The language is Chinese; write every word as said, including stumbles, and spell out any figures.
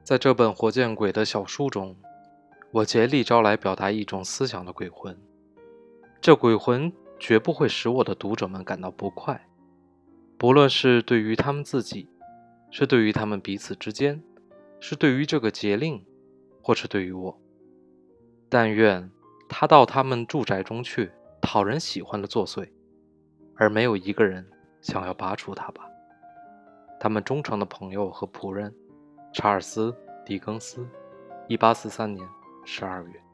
在这本活见鬼的小书中，我竭力招来表达一种思想的鬼魂。这鬼魂绝不会使我的读者们感到不快，不论是对于他们自己，是对于他们彼此之间，是对于这个节令，或是对于我。但愿他到他们住宅中去，讨人喜欢的作祟，而没有一个人想要拔除他吧。他们忠诚的朋友和仆人查尔斯·狄更斯，一八四三年十二月。